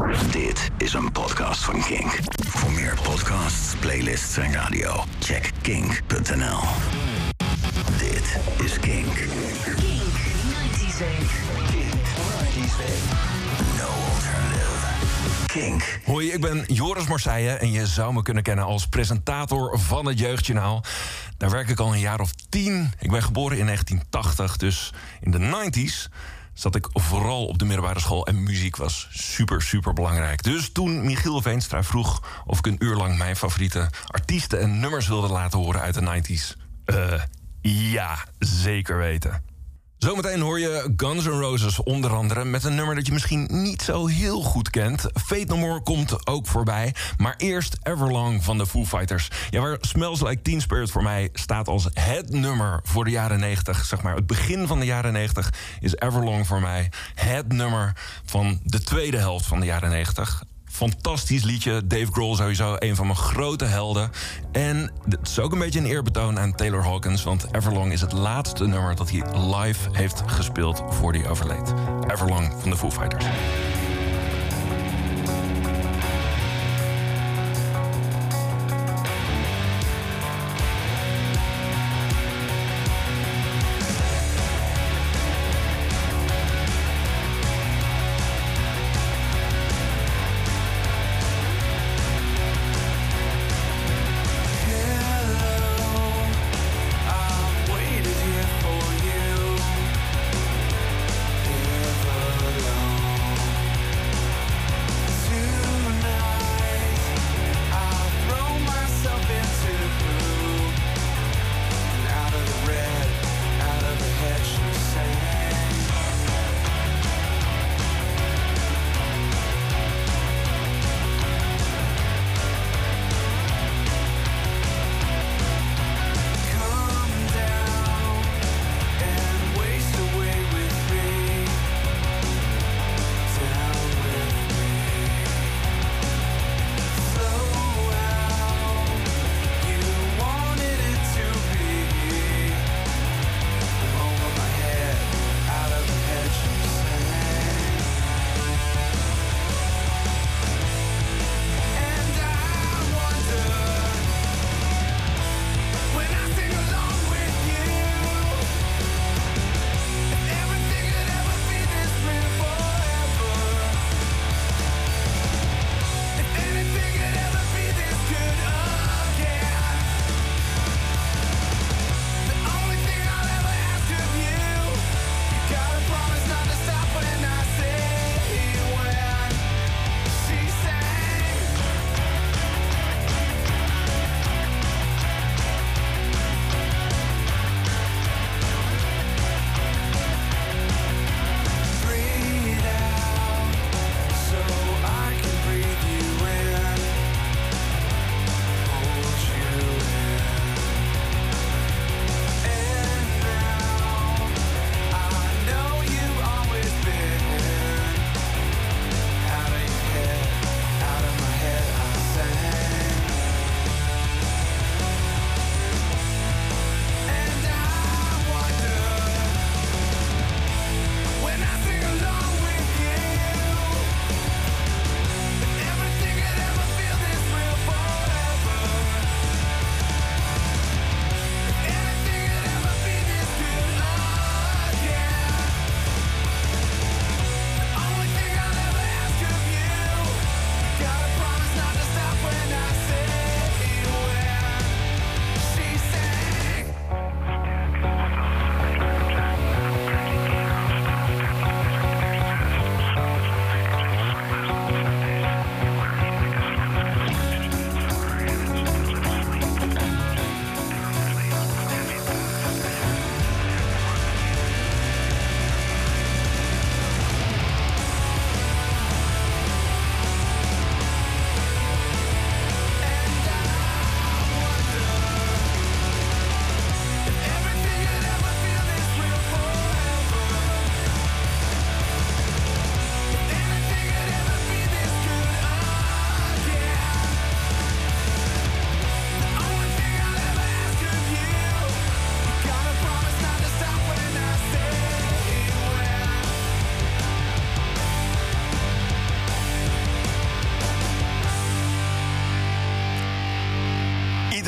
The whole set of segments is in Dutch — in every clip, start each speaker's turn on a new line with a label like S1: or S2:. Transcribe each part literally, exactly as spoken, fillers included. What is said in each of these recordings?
S1: Dit is een podcast van Kink. Voor meer podcasts, playlists en radio, check kink punt n l. Dit is Kink.
S2: Kink negentig
S1: Kink negentig. No alternative. Kink.
S3: Hoi, ik ben Joris Marseille en je zou me kunnen kennen als presentator van het Jeugdjournaal. Daar werk ik al een jaar of tien. Ik ben geboren in negentien tachtig, dus in de negentig zat ik vooral op de middelbare school en muziek was super, super belangrijk. Dus toen Michiel Veenstra vroeg of ik een uur lang mijn favoriete artiesten en nummers wilde laten horen uit de negentig, Uh, ja, zeker weten. Zometeen hoor je Guns N' Roses onder andere met een nummer dat je misschien niet zo heel goed kent. Fate No More komt ook voorbij, maar eerst Everlong van de Foo Fighters. Ja, waar Smells Like Teen Spirit voor mij staat als het nummer voor de jaren negentig, zeg maar het begin van de jaren negentig, is Everlong voor mij het nummer van de tweede helft van de jaren negentig. Fantastisch liedje, Dave Grohl sowieso, een van mijn grote helden. En het is ook een beetje een eerbetoon aan Taylor Hawkins, want Everlong is het laatste nummer dat hij live heeft gespeeld voor hij overleed. Everlong van de Foo Fighters.
S4: Everlong.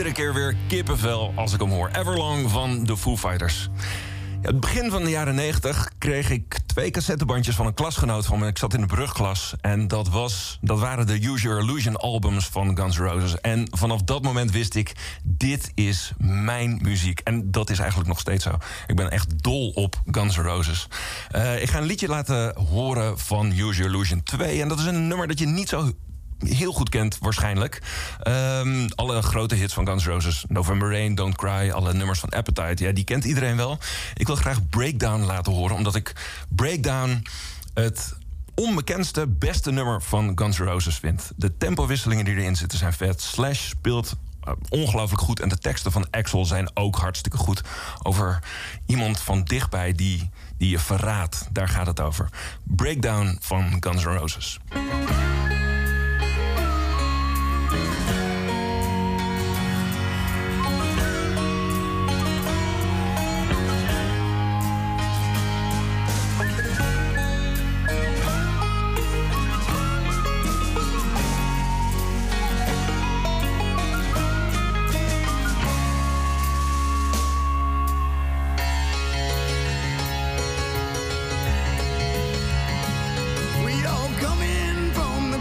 S3: iedere keer weer kippenvel als ik hem hoor. Everlong van de Foo Fighters. Ja, het begin van de jaren negentig kreeg ik twee cassettebandjes van een klasgenoot van me. Ik zat in de brugklas en dat, was, dat waren de Use Your Illusion albums van Guns N' Roses. En vanaf dat moment wist ik, dit is mijn muziek. En dat is eigenlijk nog steeds zo. Ik ben echt dol op Guns N' Roses. Uh, ik ga een liedje laten horen van Use Your Illusion twee. En dat is een nummer dat je niet zo heel goed kent waarschijnlijk. Um, alle grote hits van Guns N' Roses. November Rain, Don't Cry, alle nummers van Appetite. Ja, die kent iedereen wel. Ik wil graag Breakdown laten horen, omdat ik Breakdown het onbekendste, beste nummer van Guns N' Roses vind. De tempowisselingen die erin zitten zijn vet. Slash speelt uh, ongelooflijk goed. En de teksten van Axl zijn ook hartstikke goed. Over iemand van dichtbij die, die je verraadt. Daar gaat het over. Breakdown van Guns N' Roses.
S4: We all come in from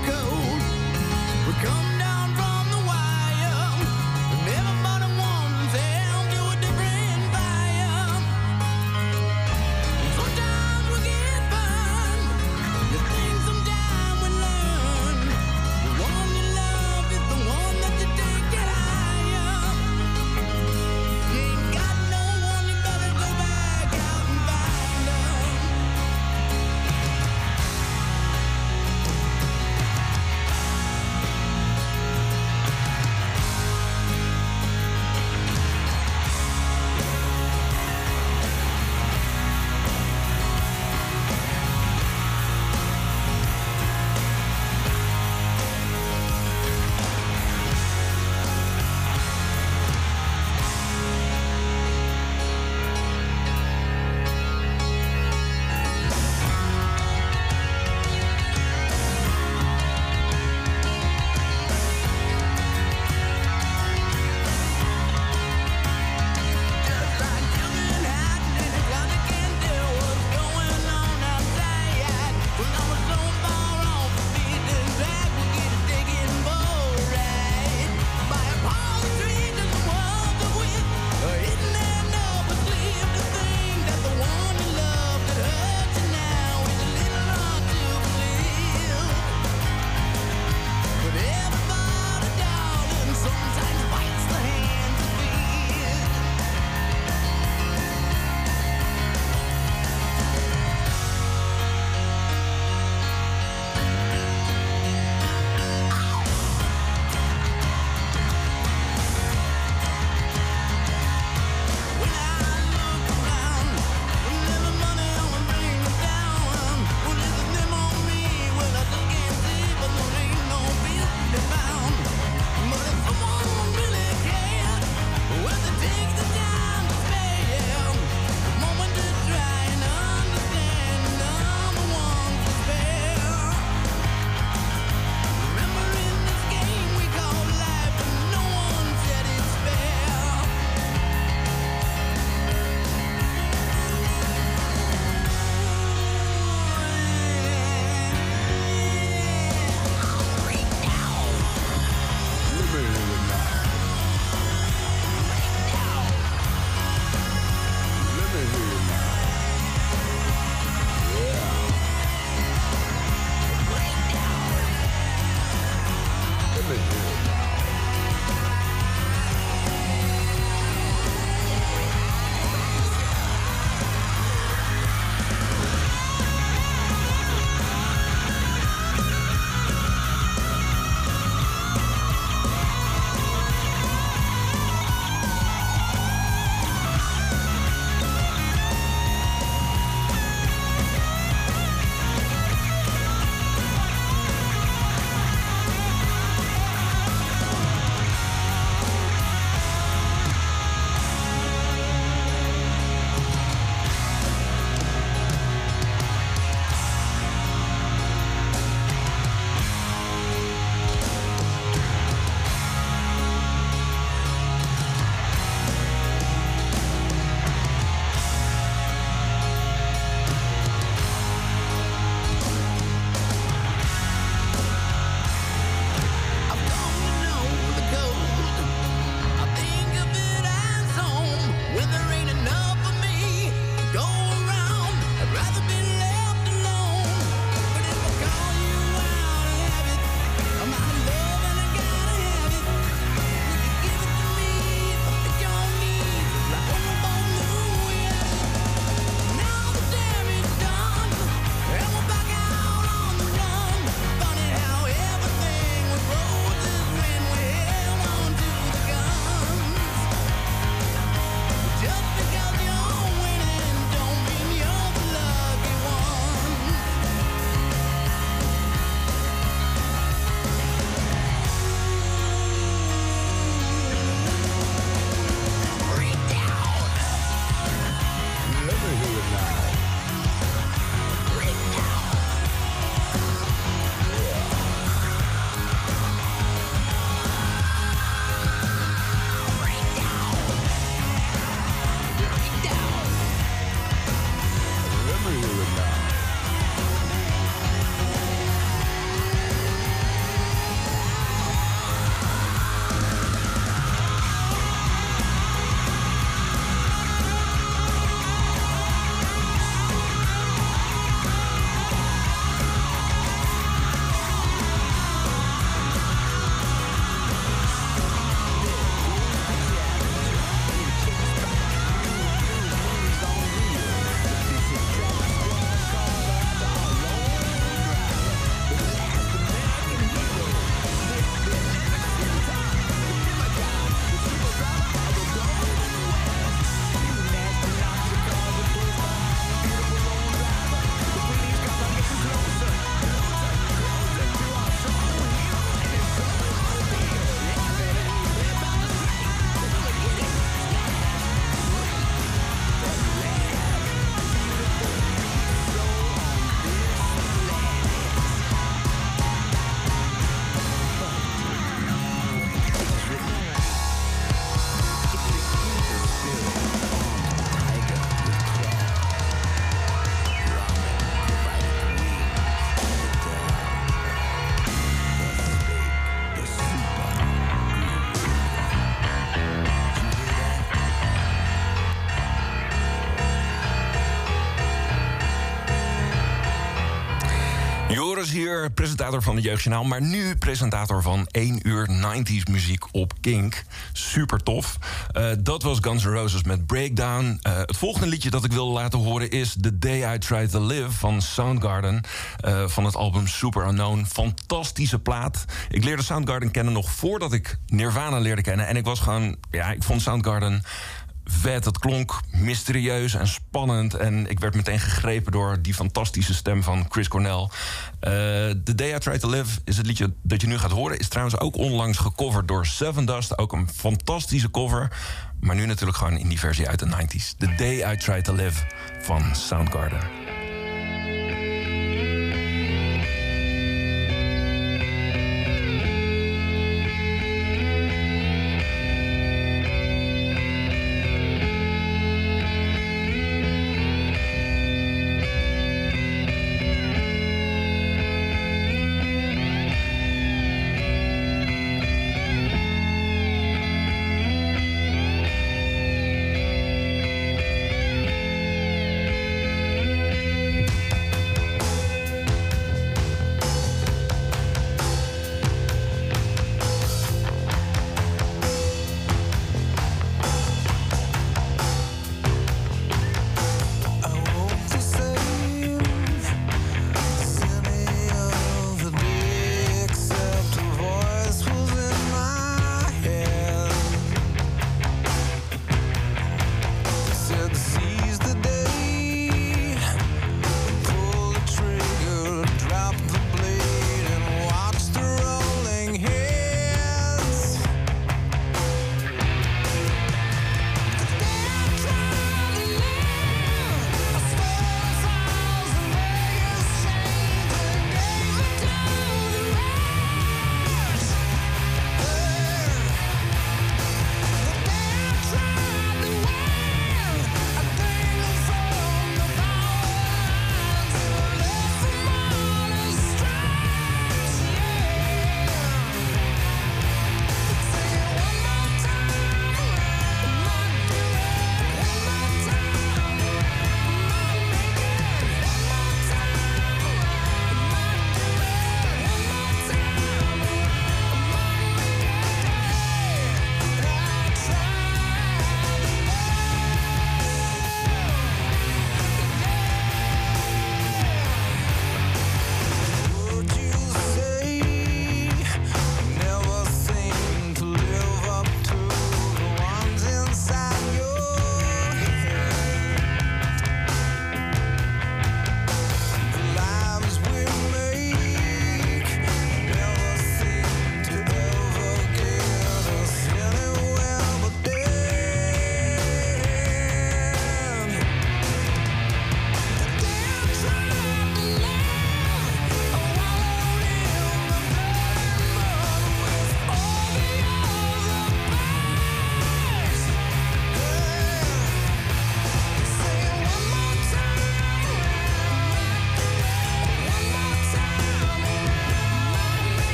S3: hier, presentator van het Jeugdjournaal, maar nu presentator van één uur negentig muziek op Kink. Super tof. Uh, dat was Guns N' Roses met Breakdown. Uh, het volgende liedje dat ik wil laten horen is The Day I Tried to Live van Soundgarden. Uh, van het album Super Unknown. Fantastische plaat. Ik leerde Soundgarden kennen nog voordat ik Nirvana leerde kennen. En ik was gewoon, ja, ik vond Soundgarden vet. Het klonk mysterieus en spannend. En ik werd meteen gegrepen door die fantastische stem van Chris Cornell. Uh, The Day I Tried to Live is het liedje dat je nu gaat horen. Is trouwens ook onlangs gecoverd door Sevendust. Ook een fantastische cover. Maar nu natuurlijk gewoon in die versie uit de negentig. The Day I Tried to Live van Soundgarden.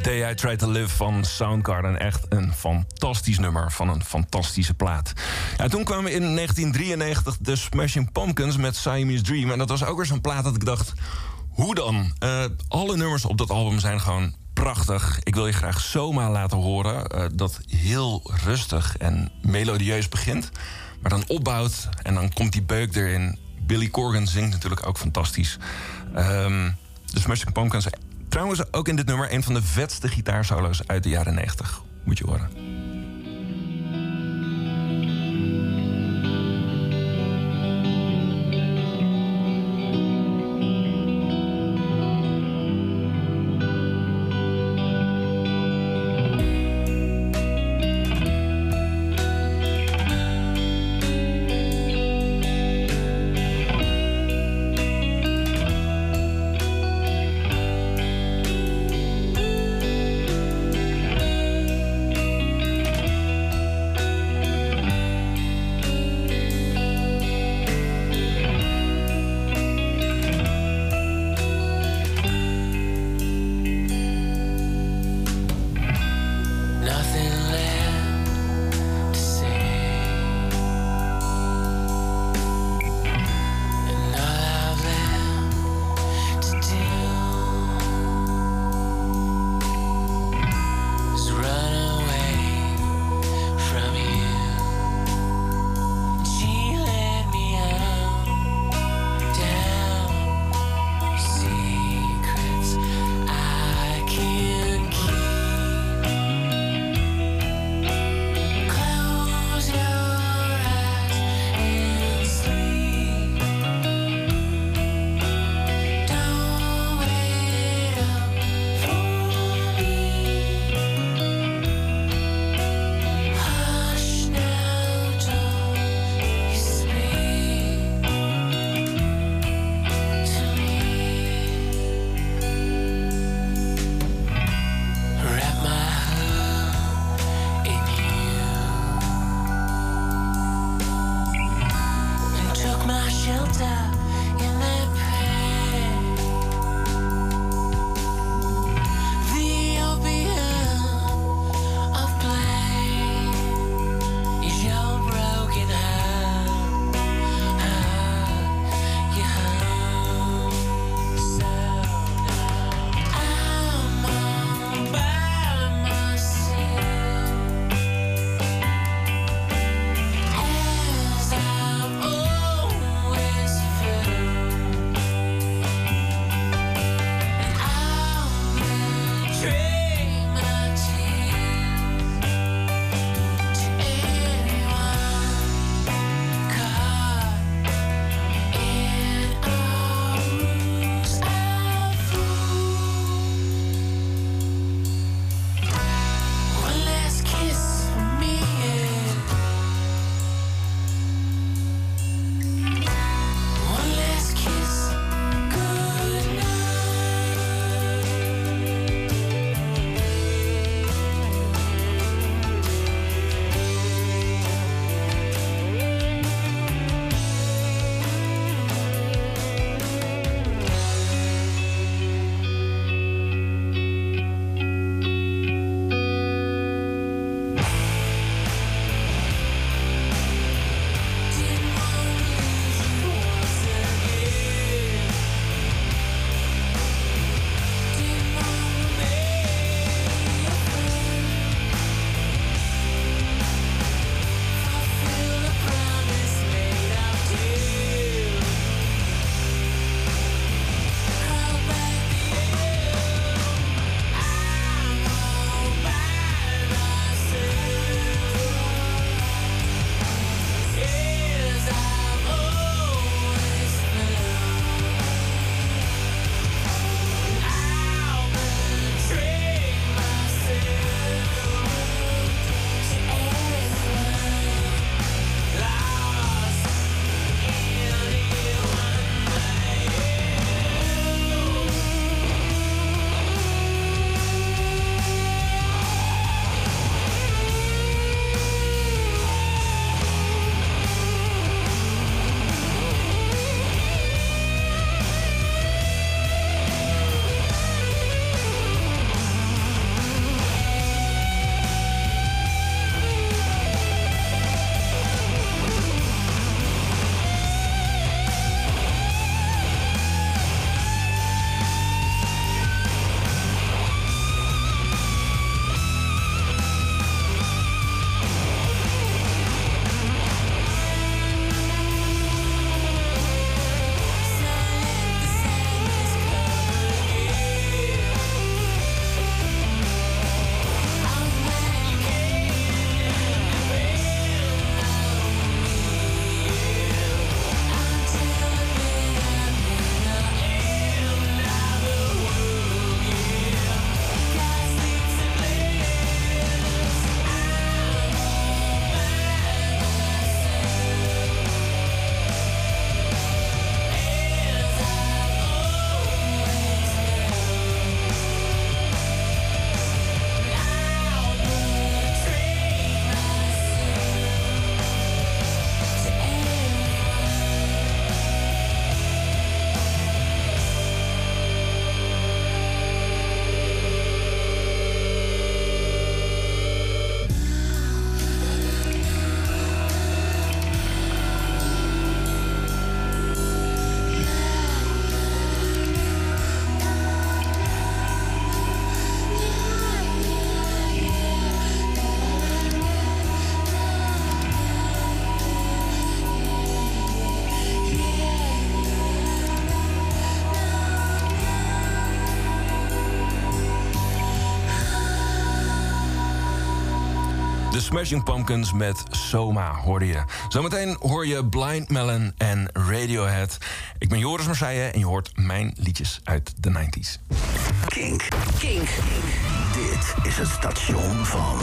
S3: Day I Tried to Live van Soundgarden. Echt een fantastisch nummer van een fantastische plaat. Ja, toen kwamen in negentien drieënnegentig de Smashing Pumpkins met Siamese Dream. En dat was ook weer zo'n plaat dat ik dacht, hoe dan? Uh, alle nummers op dat album zijn gewoon prachtig. Ik wil je graag Soma laten horen. Uh, dat heel rustig en melodieus begint. Maar dan opbouwt en dan komt die beuk erin. Billy Corgan zingt natuurlijk ook fantastisch. Um, de Smashing Pumpkins, trouwens ook in dit nummer een van de vetste gitaarsolo's uit de jaren negentig. Moet je horen.
S4: As I've always felt.
S3: Smashing Pumpkins met Soma hoorde je. Zometeen hoor je Blind Melon en Radiohead. Ik ben Joris Marseille en je hoort mijn liedjes uit de negentig.
S1: Kink.
S2: Kink.
S1: Dit is het station van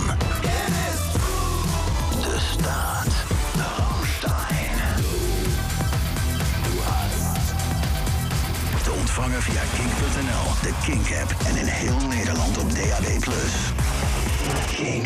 S1: de staat. De Ramstein. Te ontvangen via kink punt n l, de Kink-app en in heel Nederland op D A B plus. Kink.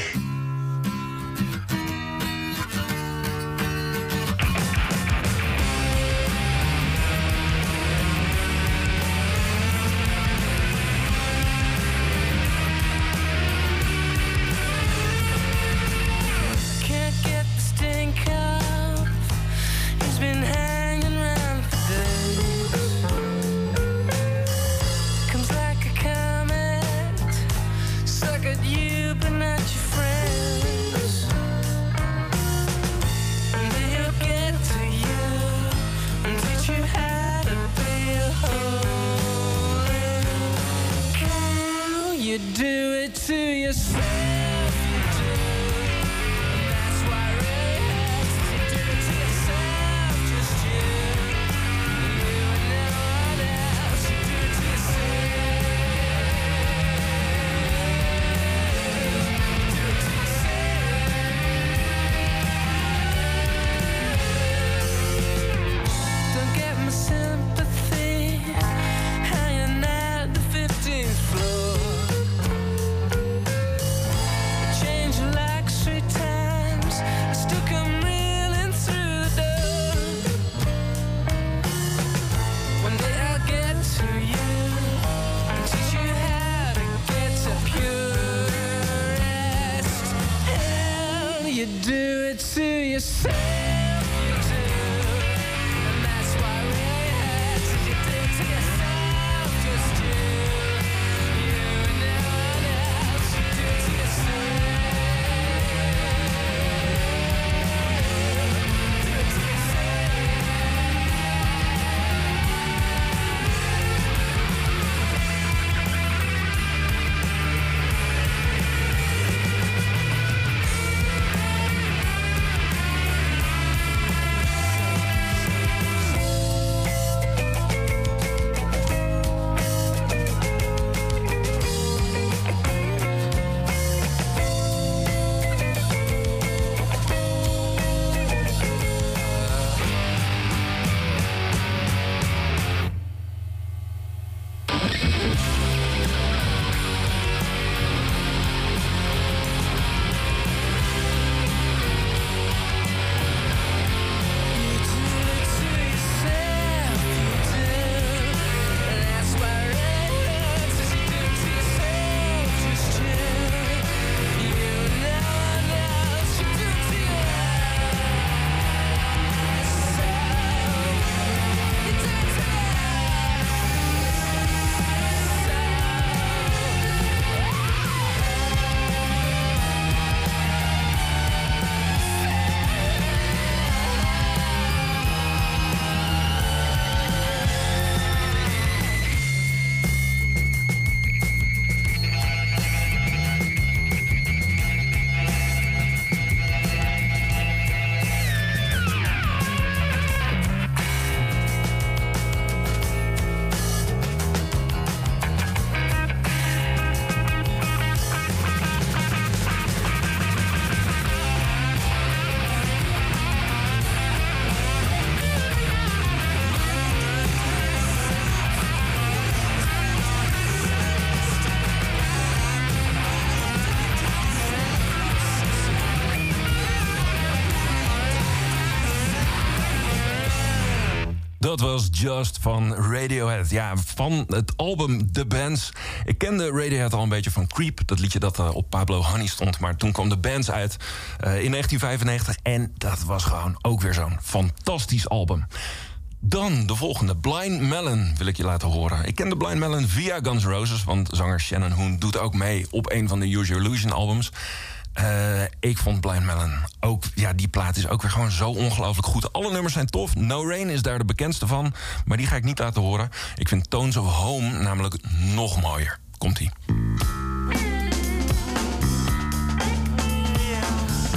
S3: Dat was Just van Radiohead. Ja, van het album The Bands. Ik kende Radiohead al een beetje van Creep. Dat liedje dat uh, op Pablo Honey stond. Maar toen kwam The Bands uit uh, in negentien vijfennegentig. En dat was gewoon ook weer zo'n fantastisch album. Dan de volgende, Blind Melon, wil ik je laten horen. Ik ken de Blind Melon via Guns N' Roses, want zanger Shannon Hoon doet ook mee op een van de Use Your Illusion albums. Uh, ik vond Blind Melon ook, ja, die plaat is ook weer gewoon zo ongelooflijk goed. Alle nummers zijn tof. No Rain is daar de bekendste van, maar die ga ik niet laten horen. Ik vind Tones of Home namelijk nog mooier. Komt-ie.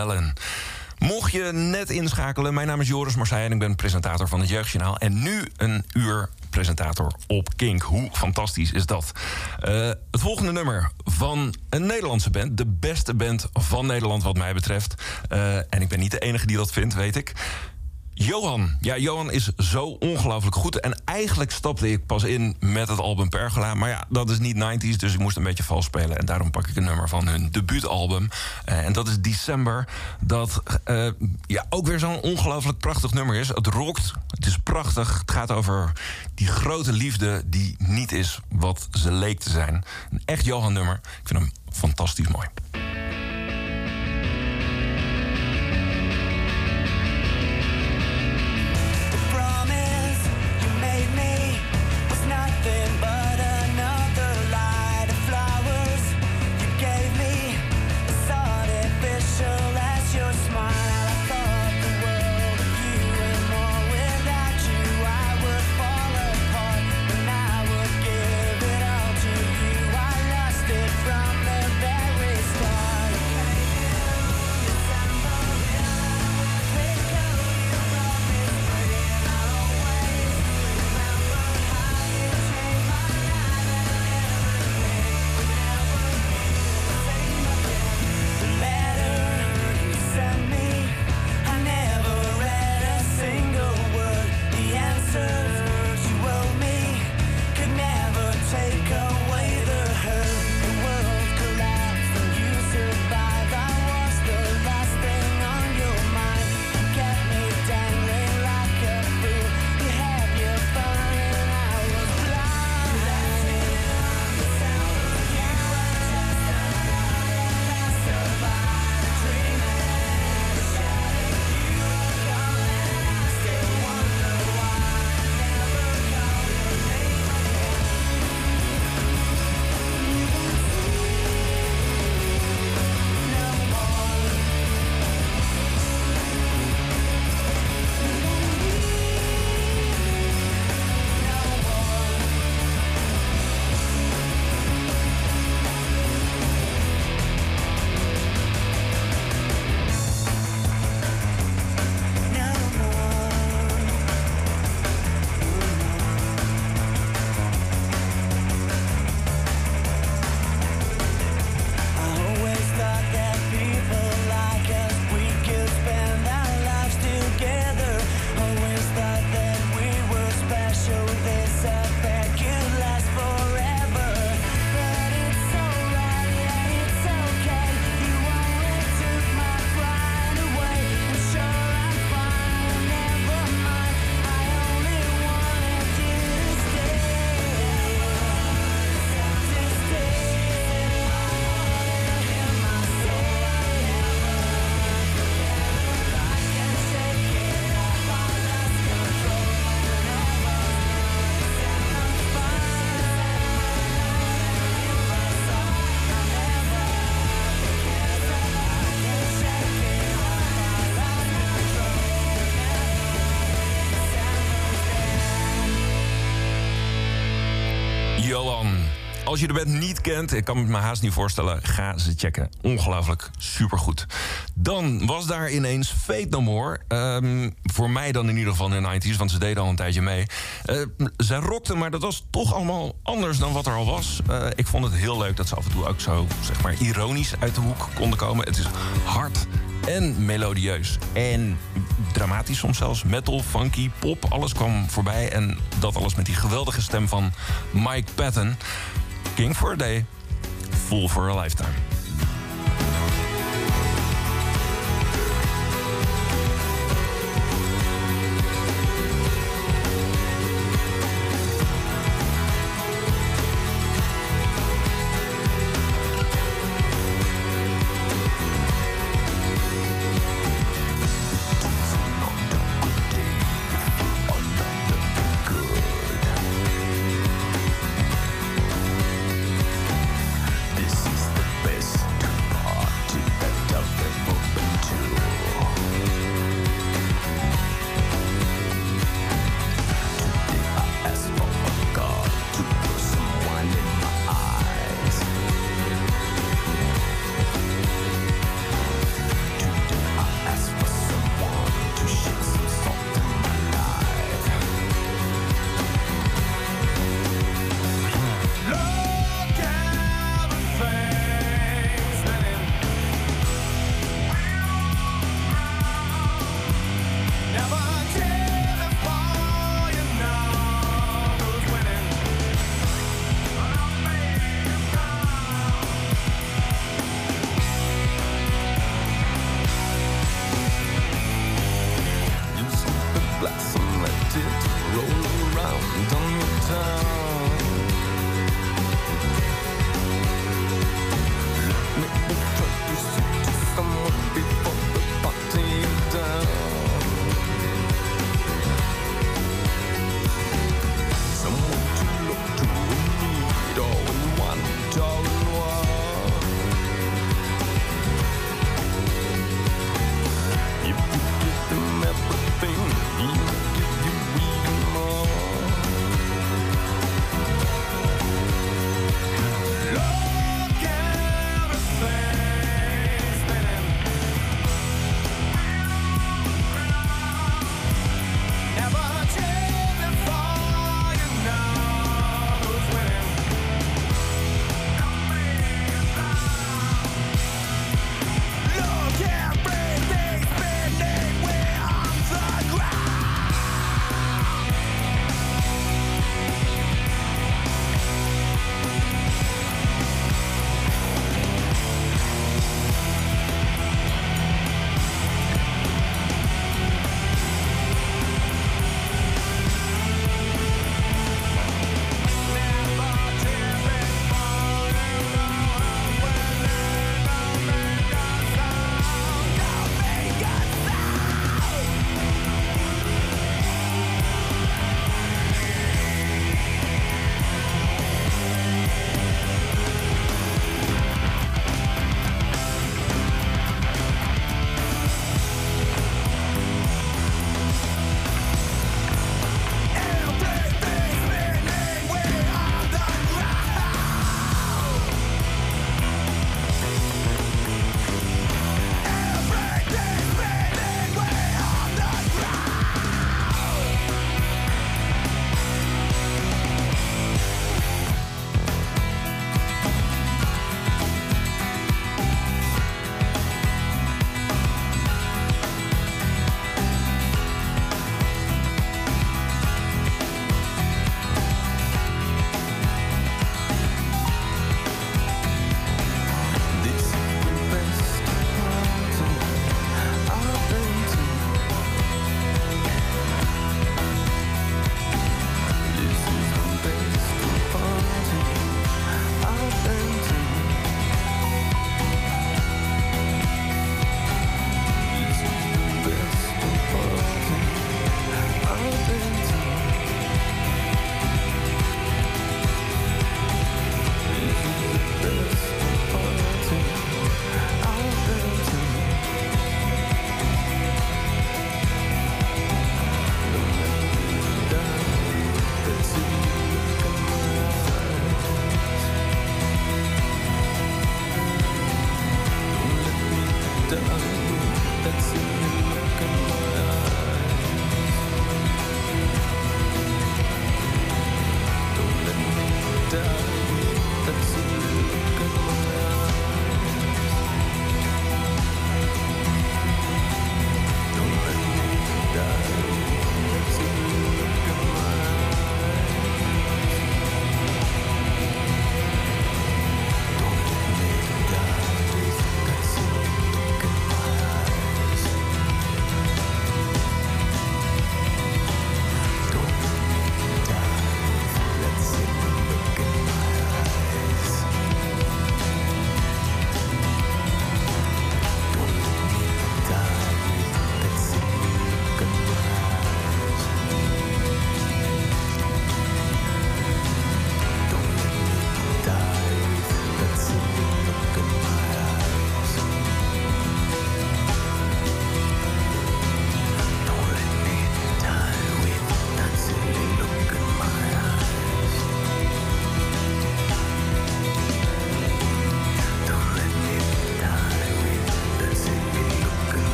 S3: Melon. Mocht je net inschakelen, mijn naam is Joris Marseille en ik ben presentator van het Jeugdjournaal. En nu een uur presentator op Kink. Hoe fantastisch is dat? Uh, het volgende nummer van een Nederlandse band. De beste band van Nederland wat mij betreft. Uh, en ik ben niet de enige die dat vindt, weet ik. Johan. Ja, Johan is zo ongelooflijk goed. En eigenlijk stapte ik pas in met het album Pergola. Maar ja, dat is niet negentig, dus ik moest een beetje vals spelen. En daarom pak ik een nummer van hun debuutalbum. Uh, en dat is December. Dat uh, ja, ook weer zo'n ongelooflijk prachtig nummer is. Het rockt, het is prachtig. Het gaat over die grote liefde die niet is wat ze leek te zijn. Een echt Johan nummer. Ik vind hem fantastisch mooi. Als je de band niet kent, ik kan het me haast niet voorstellen, ga ze checken. Ongelooflijk, supergoed. Dan was daar ineens Fate No More. Um, voor mij dan in ieder geval in de negentig, want ze deden al een tijdje mee. Uh, zij rockten, maar dat was toch allemaal anders dan wat er al was. Uh, ik vond het heel leuk dat ze af en toe ook zo, zeg maar, ironisch uit de hoek konden komen. Het is hard en melodieus. En dramatisch soms zelfs. Metal, funky, pop, alles kwam voorbij. En dat alles met die geweldige stem van Mike Patton. King for a Day, Fool for a Lifetime.
S4: This is the best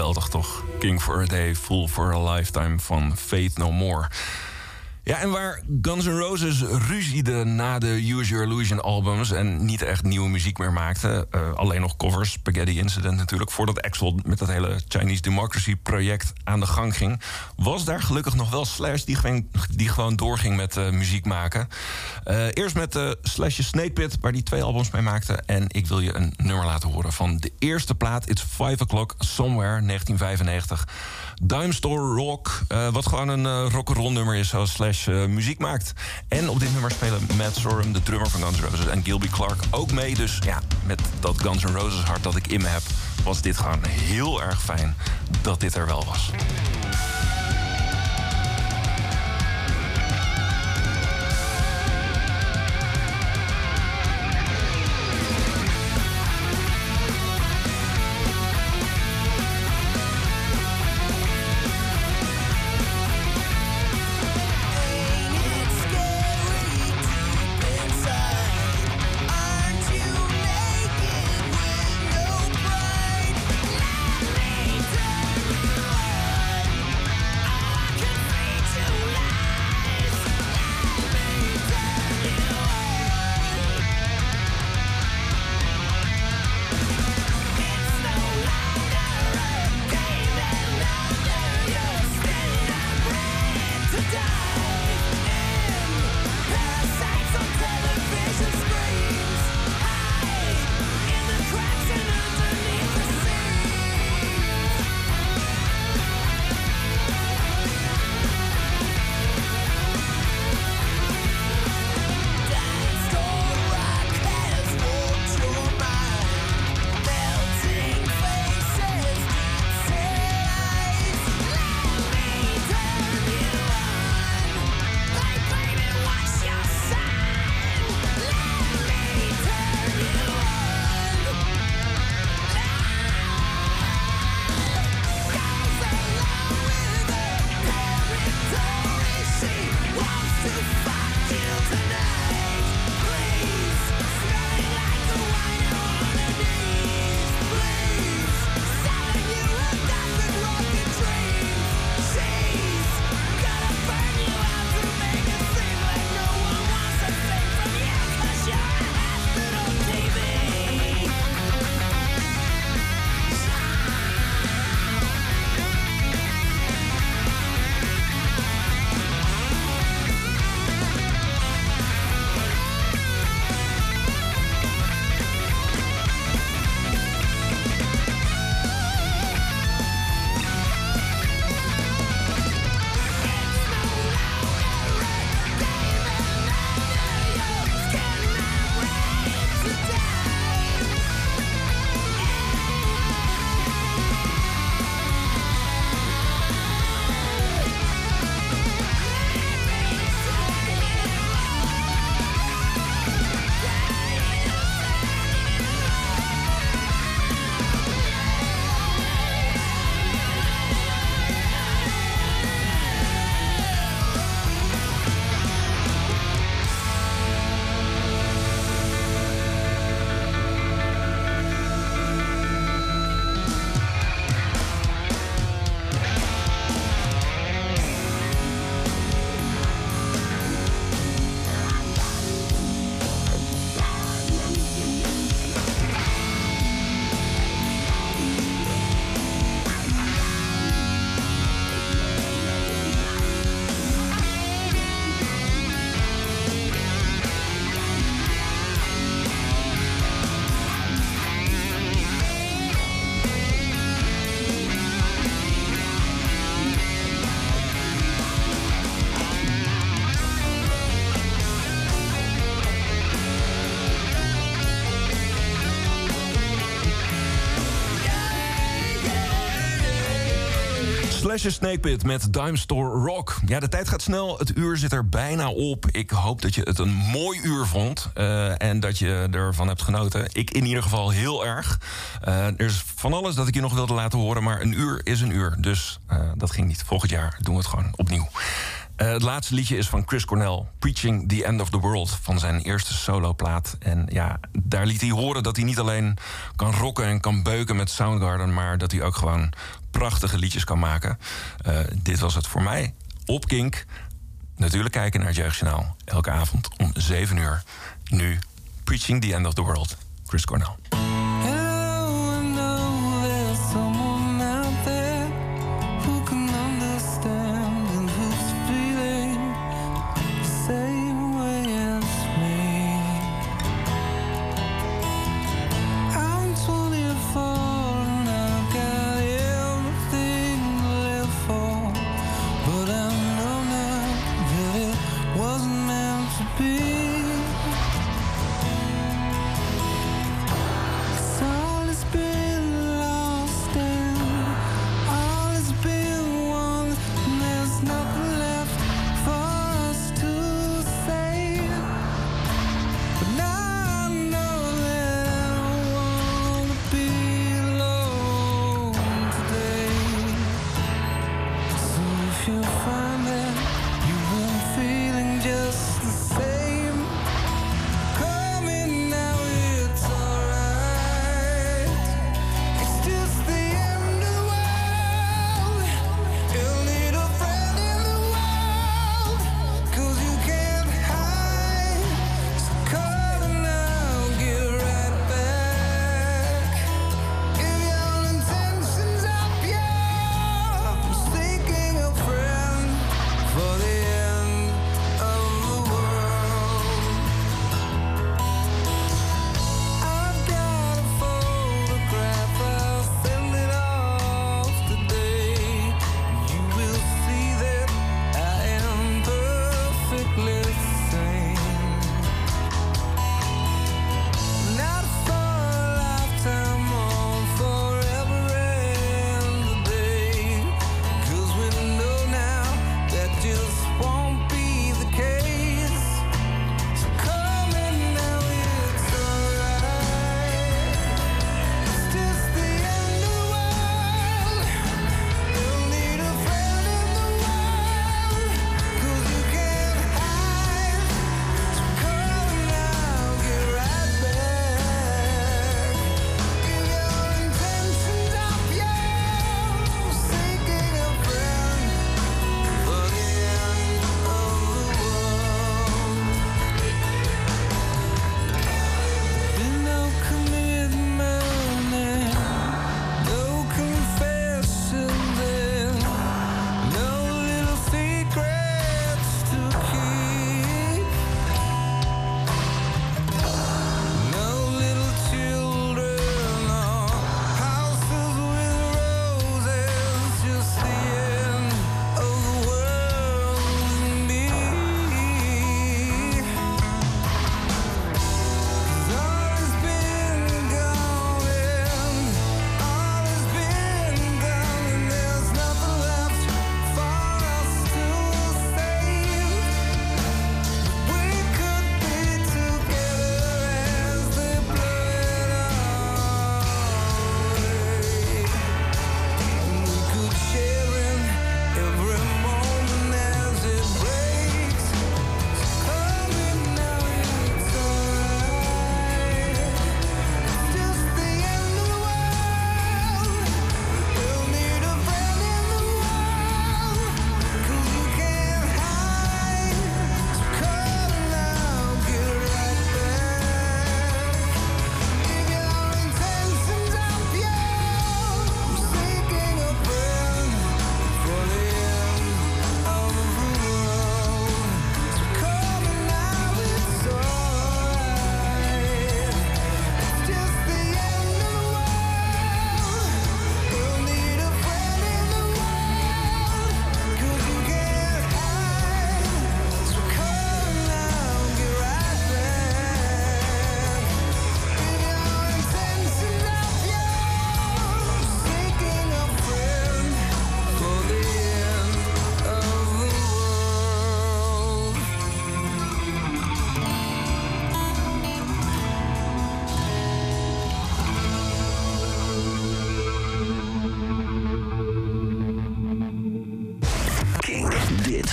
S3: geweldig toch? King for a Day, Fool for a Lifetime van Faith No More. Ja, en waar Guns N' Roses ruziede na de Use Your Illusion albums en niet echt nieuwe muziek meer maakte, uh, alleen nog covers, Spaghetti Incident natuurlijk, voordat Axl met dat hele Chinese Democracy project aan de gang ging, was daar gelukkig nog wel Slash die gewoon, die gewoon doorging met uh, muziek maken. Uh, eerst met uh, Slash's Snake Pit, waar die twee albums mee maakte. En ik wil je een nummer laten horen van de eerste plaat, It's Five O'Clock Somewhere, negentien vijfennegentig. Dime Store Rock, uh, wat gewoon een uh, rock'n'roll nummer is zoals Slash uh, muziek maakt. En op dit nummer spelen Matt Sorum, de drummer van Guns N' Roses, en Gilby Clarke ook mee. Dus ja, met dat Guns N' Roses hart dat ik in me heb, was dit gewoon heel erg fijn dat dit er wel was. Slash's Snake Pit met Dime Store Rock. Ja, de tijd gaat snel. Het uur zit er bijna op. Ik hoop dat je het een mooi uur vond. Uh, en dat je ervan hebt genoten. Ik in ieder geval heel erg. Uh, er is van alles dat ik je nog wilde laten horen. Maar een uur is een uur. Dus uh, dat ging niet. Volgend jaar doen we het gewoon opnieuw. Uh, het laatste liedje is van Chris Cornell, Preaching the End of the World, van zijn eerste soloplaat. En ja, daar liet hij horen dat hij niet alleen kan rocken en kan beuken met Soundgarden, maar dat hij ook gewoon prachtige liedjes kan maken. Uh, dit was het voor mij op Kink. Natuurlijk kijken naar het Jeugdjournaal, elke avond om zeven uur. Nu Preaching the End of the World, Chris Cornell.
S4: Wasn't meant to be.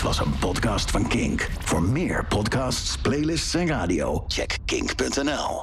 S1: was een podcast van Kink. Voor meer podcasts, playlists en radio, check kink punt n l.